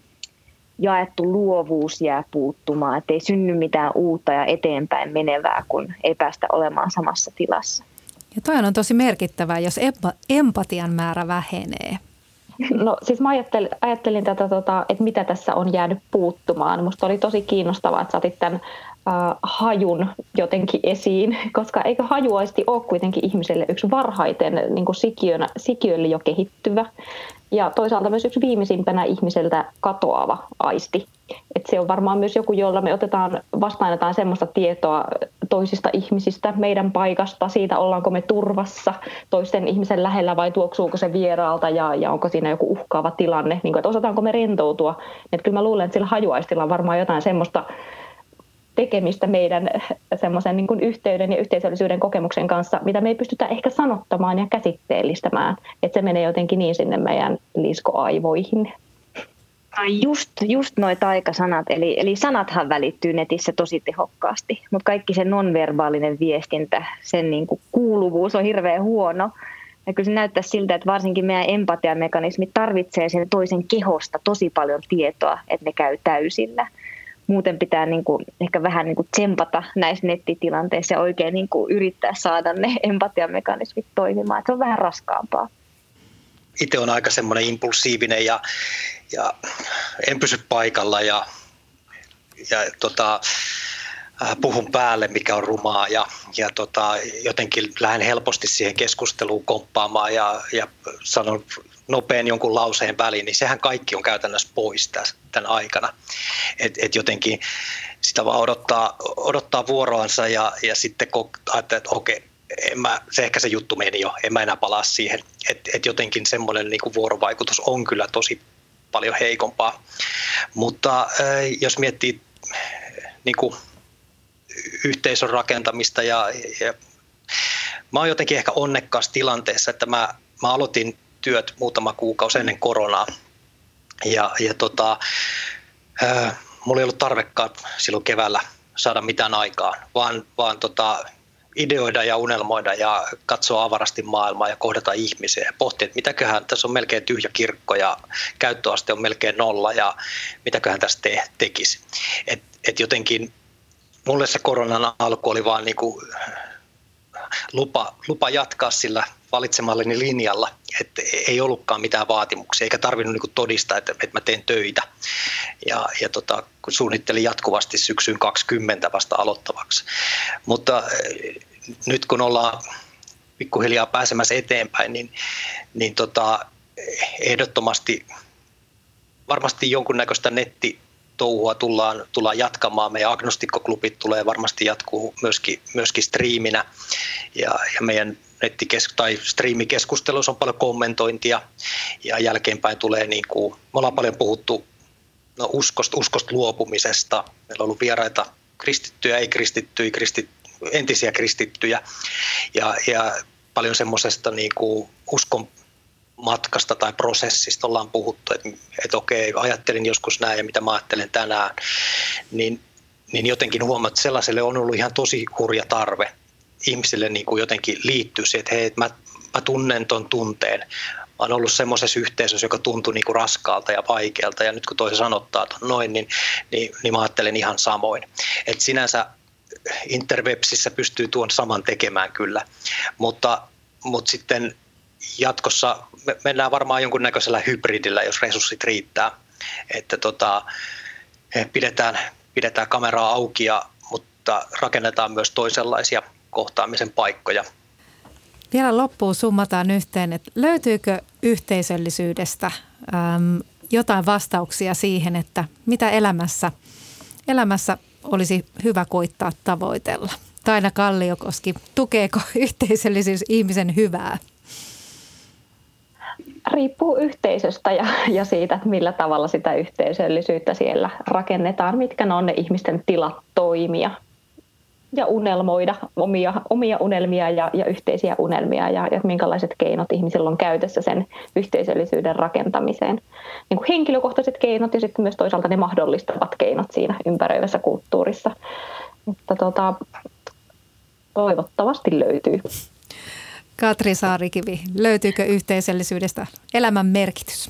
Speaker 4: jaettu luovuus jää puuttumaan, että ei synny mitään uutta ja eteenpäin menevää, kun ei päästä olemaan samassa tilassa.
Speaker 3: Ja toi on tosi merkittävää, jos empatian määrä vähenee.
Speaker 5: No siis mä ajattelin tätä, että mitä tässä on jäänyt puuttumaan. Musta oli tosi kiinnostavaa, että sä otit tämän hajun jotenkin esiin, koska eikö hajuaisti ole kuitenkin ihmiselle yksi varhaiten niin kuin sikiölle jo kehittyvä ja toisaalta myös yksi viimeisimpänä ihmiseltä katoava aisti. Et se on varmaan myös joku, jolla me vastaanotetaan semmoista tietoa toisista ihmisistä, meidän paikasta, siitä ollaanko me turvassa toisten ihmisen lähellä vai tuoksuuko se vieraalta ja onko siinä joku uhkaava tilanne, niin kuin, että osataanko me rentoutua. Et kyllä mä luulen, että sillä hajuaistilla on varmaan jotain semmoista tekemistä meidän semmoisen niin kuin yhteyden ja yhteisöllisyyden kokemuksen kanssa, mitä me ei pystytä ehkä sanottamaan ja käsitteellistämään. Että se menee jotenkin niin sinne meidän liskoaivoihin.
Speaker 4: Just noi taikasanat, eli sanathan välittyy netissä tosi tehokkaasti, mutta kaikki se nonverbaalinen viestintä, sen niin kuin kuuluvuus on hirveän huono. Ja kyllä se näyttää siltä, että varsinkin meidän empatiamekanismit tarvitsee sen toisen kehosta tosi paljon tietoa, että ne käy täysillä. Muuten pitää niin kuin, ehkä vähän niin kuin tsempata näissä nettitilanteissa ja oikein niin kuin yrittää saada ne empatiamekanismit toimimaan. Että se on vähän raskaampaa.
Speaker 6: Itse on aika semmoinen impulsiivinen ja en pysy paikalla ja puhun päälle, mikä on rumaa ja jotenkin lähden helposti siihen keskusteluun komppaamaan ja sanon nopean jonkun lauseen väliin, niin sehän kaikki on käytännössä pois tämän aikana. Et jotenkin sitä vaan odottaa vuoroansa ja sitten ajattelee, että okei, se ehkä se juttu meni jo, en mä enää palaa siihen. Et jotenkin semmoinen niin kuin vuorovaikutus on kyllä tosi paljon heikompaa. Mutta jos miettii niin kuin yhteisön rakentamista ja mä oon jotenkin ehkä onnekkaassa tilanteessa, että mä aloitin työt muutama kuukausi ennen koronaa mulla ei ollut tarvekaan silloin keväällä saada mitään aikaan, vaan ideoida ja unelmoida ja katsoa avarasti maailmaa ja kohdata ihmisiä ja pohtia, että mitäköhän tässä on melkein tyhjä kirkko ja käyttöaste on melkein 0 ja mitäköhän tässä tekisi. Et jotenkin mulle se koronan alku oli vaan niinku lupa jatkaa sillä valitsemalleni linjalla, että ei ollutkaan mitään vaatimuksia eikä tarvinnut niinku todistaa, että mä teen töitä. Kun suunnittelin jatkuvasti syksyyn 2020 vasta aloittavaksi. Mutta nyt kun ollaan pikkuhiljaa pääsemässä eteenpäin, niin ehdottomasti varmasti jonkunnäköistä nettitouhua tullaan jatkamaan. Meidän agnostikkoklubit tulee varmasti jatkuu myöskin striiminä ja meidän striimikeskustelussa on paljon kommentointia ja jälkeenpäin tulee me ollaan paljon puhuttu uskosta luopumisesta. Meillä on ollut vieraita kristittyjä, ei-kristittyjä, entisiä kristittyjä ja paljon semmoisesta uskon matkasta tai prosessista ollaan puhuttu, että okei, ajattelin joskus näin ja mitä mä ajattelen tänään, niin jotenkin huomaat, että sellaiselle on ollut ihan tosi hurja tarve. Ihmisille jotenkin liittyy siihen, että hei, mä tunnen ton tunteen. Mä oon ollut semmoisessa yhteisössä, joka tuntui raskaalta ja vaikealta ja nyt kun toisen sanottaa noin, niin mä ajattelen ihan samoin. Et sinänsä interwebsissä pystyy tuon saman tekemään kyllä, mutta sitten jatkossa mennään varmaan jonkunnäköisellä hybridillä, jos resurssit riittää, että pidetään kameraa auki, mutta rakennetaan myös toisenlaisia kohtaamisen paikkoja.
Speaker 3: Vielä loppuun summataan yhteen, että löytyykö yhteisöllisyydestä jotain vastauksia siihen, että mitä elämässä olisi hyvä koittaa tavoitella? Taina Kalliokoski, tukeeko yhteisöllisyys ihmisen hyvää?
Speaker 5: Riippuu yhteisöstä ja siitä, että millä tavalla sitä yhteisöllisyyttä siellä rakennetaan, mitkä ne on ne ihmisten tilat toimia ja unelmoida omia unelmia ja yhteisiä unelmia ja minkälaiset keinot ihmisillä on käytössä sen yhteisöllisyyden rakentamiseen. Niin kuin henkilökohtaiset keinot ja sitten myös toisaalta ne mahdollistavat keinot siinä ympäröivässä kulttuurissa. Mutta toivottavasti löytyy.
Speaker 3: Katri Saarikivi, löytyykö yhteisöllisyydestä elämän merkitys?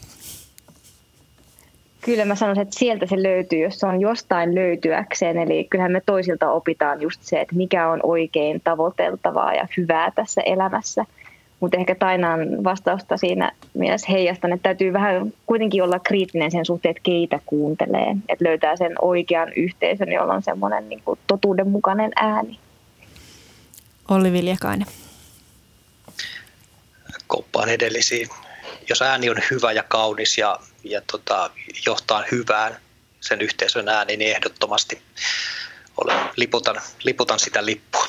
Speaker 4: Kyllä mä sanoisin, että sieltä se löytyy, jos se on jostain löytyäkseen. Eli kyllähän me toisilta opitaan just se, että mikä on oikein tavoiteltavaa ja hyvää tässä elämässä. Mutta ehkä Tainan vastausta siinä mielessä heijastan, että täytyy vähän kuitenkin olla kriittinen sen suhteen, että keitä kuuntelee. Että löytää sen oikean yhteisön, jolla on semmoinen niin kuin totuudenmukainen ääni.
Speaker 3: Olli Viljakainen.
Speaker 6: Koppaan edellisiin. Jos ääni on hyvä ja kaunis ja johtaa hyvään sen yhteisön ääni, niin ehdottomasti liputan sitä lippua.